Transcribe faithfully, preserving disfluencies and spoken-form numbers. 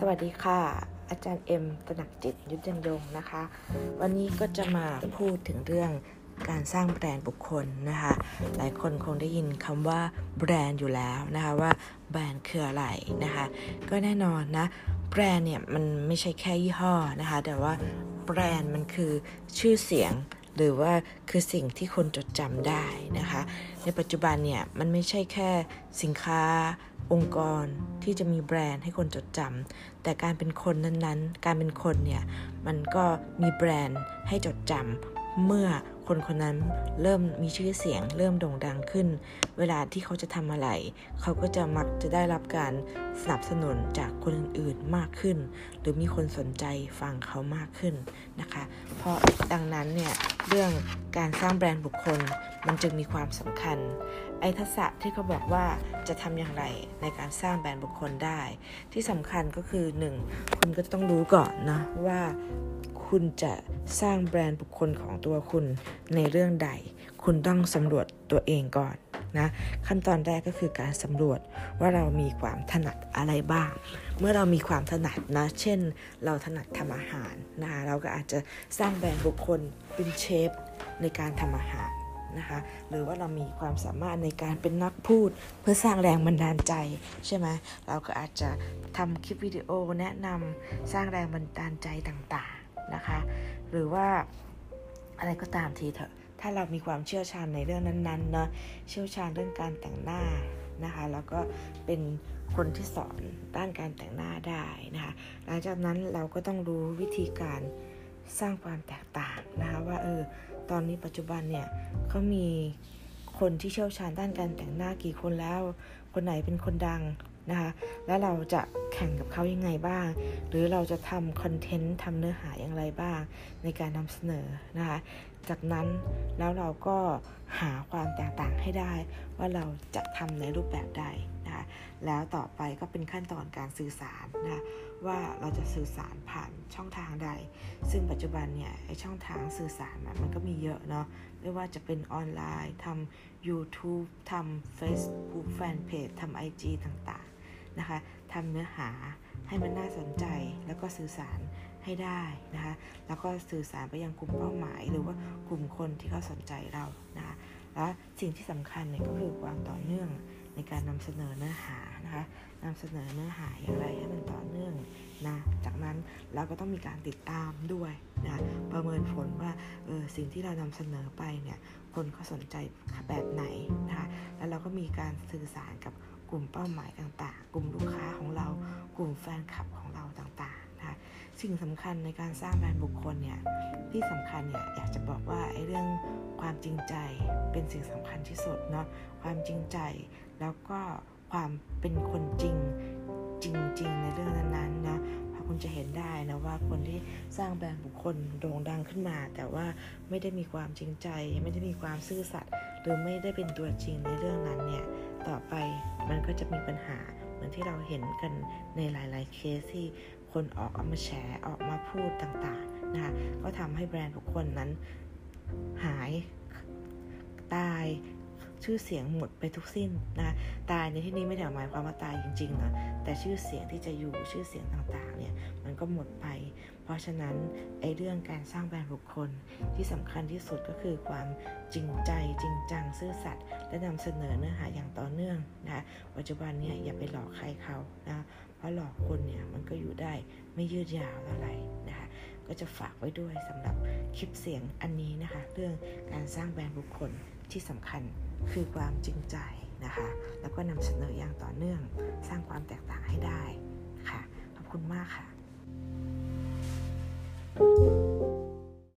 วัสดีค่ะอาจารย์เอ็มตระหนักจิตยุทธยังยงนะคะวันนี้ก็จะมาพูดถึงเรื่องการสร้างแบรนด์บุคคลนะคะหลายคนคงได้ยินคำว่าแบรนด์อยู่แล้วนะคะว่าแบรนด์คืออะไรนะคะก็แน่นอนนะแบรนด์เนี่ยมันไม่ใช่แค่ยี่ห้อนะคะแต่ว่าแบรนด์มันคือชื่อเสียงหรือว่าคือสิ่งที่คนจดจำได้นะคะในปัจจุบันเนี่ยมันไม่ใช่แค่สินค้าองค์กรที่จะมีแบรนด์ให้คนจดจำแต่การเป็นคนนั้นๆการเป็นคนเนี่ยมันก็มีแบรนด์ให้จดจำเมื่อคนคนนั้นเริ่มมีชื่อเสียงเริ่มโด่งดังขึ้นเวลาที่เขาจะทำอะไรเขาก็จะมักจะได้รับการสนับสนุนจากคนอื่นๆมากขึ้นหรือมีคนสนใจฟังเขามากขึ้นนะคะเพราะดังนั้นเนี่ยเรื่องการสร้างแบรนด์บุคคลมันจึงมีความสำคัญไอ้ทักษะที่เขาบอกว่าจะทำอย่างไรในการสร้างแบรนด์บุคคลได้ที่สำคัญก็คือหนึ่งคุณก็ต้องรู้ก่อนนะว่าคุณจะสร้างแบรนด์บุคคลของตัวคุณในเรื่องใดคุณต้องสำรวจตัวเองก่อนนะขั้นตอนแรกก็คือการสำรวจว่าเรามีความถนัดอะไรบ้างเมื่อเรามีความถนัดนะเช่นเราถนัดทำอาหารนะคะเราก็อาจจะสร้างแบรนด์บุคคลเป็นเชฟในการทำอาหารนะคะหรือว่าเรามีความสามารถในการเป็นนักพูดเพื่อสร้างแรงบันดาลใจใช่ไหมเราก็อาจจะทำคลิปวิดีโอแนะนำสร้างแรงบันดาลใจต่างๆนะคะหรือว่าอะไรก็ตามทีเถอะถ้าเรามีความเชี่ยวชาญในเรื่องนั้นๆเนาะเชี่ยวชาญเรื่องการแต่งหน้านะคะแล้วก็เป็นคนที่สอนด้านการแต่งหน้าได้นะคะหลังจากนั้นเราก็ต้องรู้วิธีการสร้างความแตกต่างนะคะว่าเออตอนนี้ปัจจุบันเนี่ยเขามีคนที่เชี่ยวชาญด้านการแต่งหน้ากี่คนแล้วคนไหนเป็นคนดังนะคะแล้วเราจะแข่งกับเขายังไงบ้างหรือเราจะทำคอนเทนต์ทำเนื้อหาอย่างไรบ้างในการนำเสนอนะคะจากนั้นแล้วเราก็หาความแตกต่างให้ได้ว่าเราจะทำในรูปแบบใดนะคะแล้วต่อไปก็เป็นขั้นตอนการสื่อสารนะว่าเราจะสื่อสารผ่านช่องทางใดซึ่งปัจจุบันเนี่ยไอ้ช่องทางสื่อสารมันก็มีเยอะเนาะไม่ว่าจะเป็นออนไลน์ทำ YouTube ทำ Facebook Fanpage ทำ ไอ จี ต่างๆนะคะทำเนื้อหาให้มันน่าสนใจแล้วก็สื่อสารให้ได้นะคะแล้วก็สื่อสารไปยังกลุ่มเป้าหมายหรือว่ากลุ่มคนที่เขาสนใจเรานะคะและสิ่งที่สำคัญเนี่ยก็คือความต่อเนื่องในการนำเสนอเนื้อหานะคะนำเสนอเนื้อหาอย่างไรให้มันต่อเนื่องนะจากนั้นเราก็ต้องมีการติดตามด้วยนะประเมินผลว่าเออสิ่งที่เรานำเสนอไปเนี่ยคนเขาสนใจแบบไหนนะคะแล้วเราก็มีการสื่อสารกับกลุ่มเป้าหมายต่างๆกลุ่มลูกค้าของเรากลุ่มแฟนคลับของเราต่างๆนะคะสิ่งสำคัญในการสร้างแบรนด์บุคคลเนี่ยที่สำคัญเนี่ยอยากจะบอกว่าไอ้เรื่องความจริงใจเป็นสิ่งสำคัญที่สุดเนาะความจริงใจแล้วก็ความเป็นคนจริงจริงๆในเรื่องนั้นๆนะเพราะคุณจะเห็นได้นะว่าคนที่สร้างแบรนด์บุคคลโด่งดังขึ้นมาแต่ว่าไม่ได้มีความจริงใจไม่ได้มีความซื่อสัตย์หรือไม่ได้เป็นตัวจริงในเรื่องนั้นเนี่ยต่อไปมันก็จะมีปัญหาเหมือนที่เราเห็นกันในหลายๆเคสที่คนออกมาแฉออกมาพูดต่างๆนะคะก็ทำให้แบรนด์บุคคลนั้นหายตายชื่อเสียงหมดไปทุกสิ้นนะตายในที่นี้ไม่ได้หมายความว่าตายจริงๆนะแต่ชื่อเสียงที่จะอยู่ชื่อเสียงต่างๆเนี่ยมันก็หมดไปเพราะฉะนั้นไอ้เรื่องการสร้างแบรนด์บุคคลที่สำคัญที่สุดก็คือความจริงใจจริงจังซื่อสัตย์และนำเสนอเนื้อหาอย่างต่อเนื่องนะปัจจุบันเนี่ยอย่าไปหลอกใครเขานะเพราะหลอกคนเนี่ยมันก็อยู่ได้ไม่ยืดยาวเท่าไหร่นะคะก็จะฝากไว้ด้วยสำหรับคลิปเสียงอันนี้นะคะเรื่องการสร้างแบรนด์บุคคลที่สำคัญคือความจริงใจนะคะแล้วก็นำเสนออย่างต่อเนื่องสร้างความแตกต่างให้ได้ค่ะขอบคุณมากค่ะ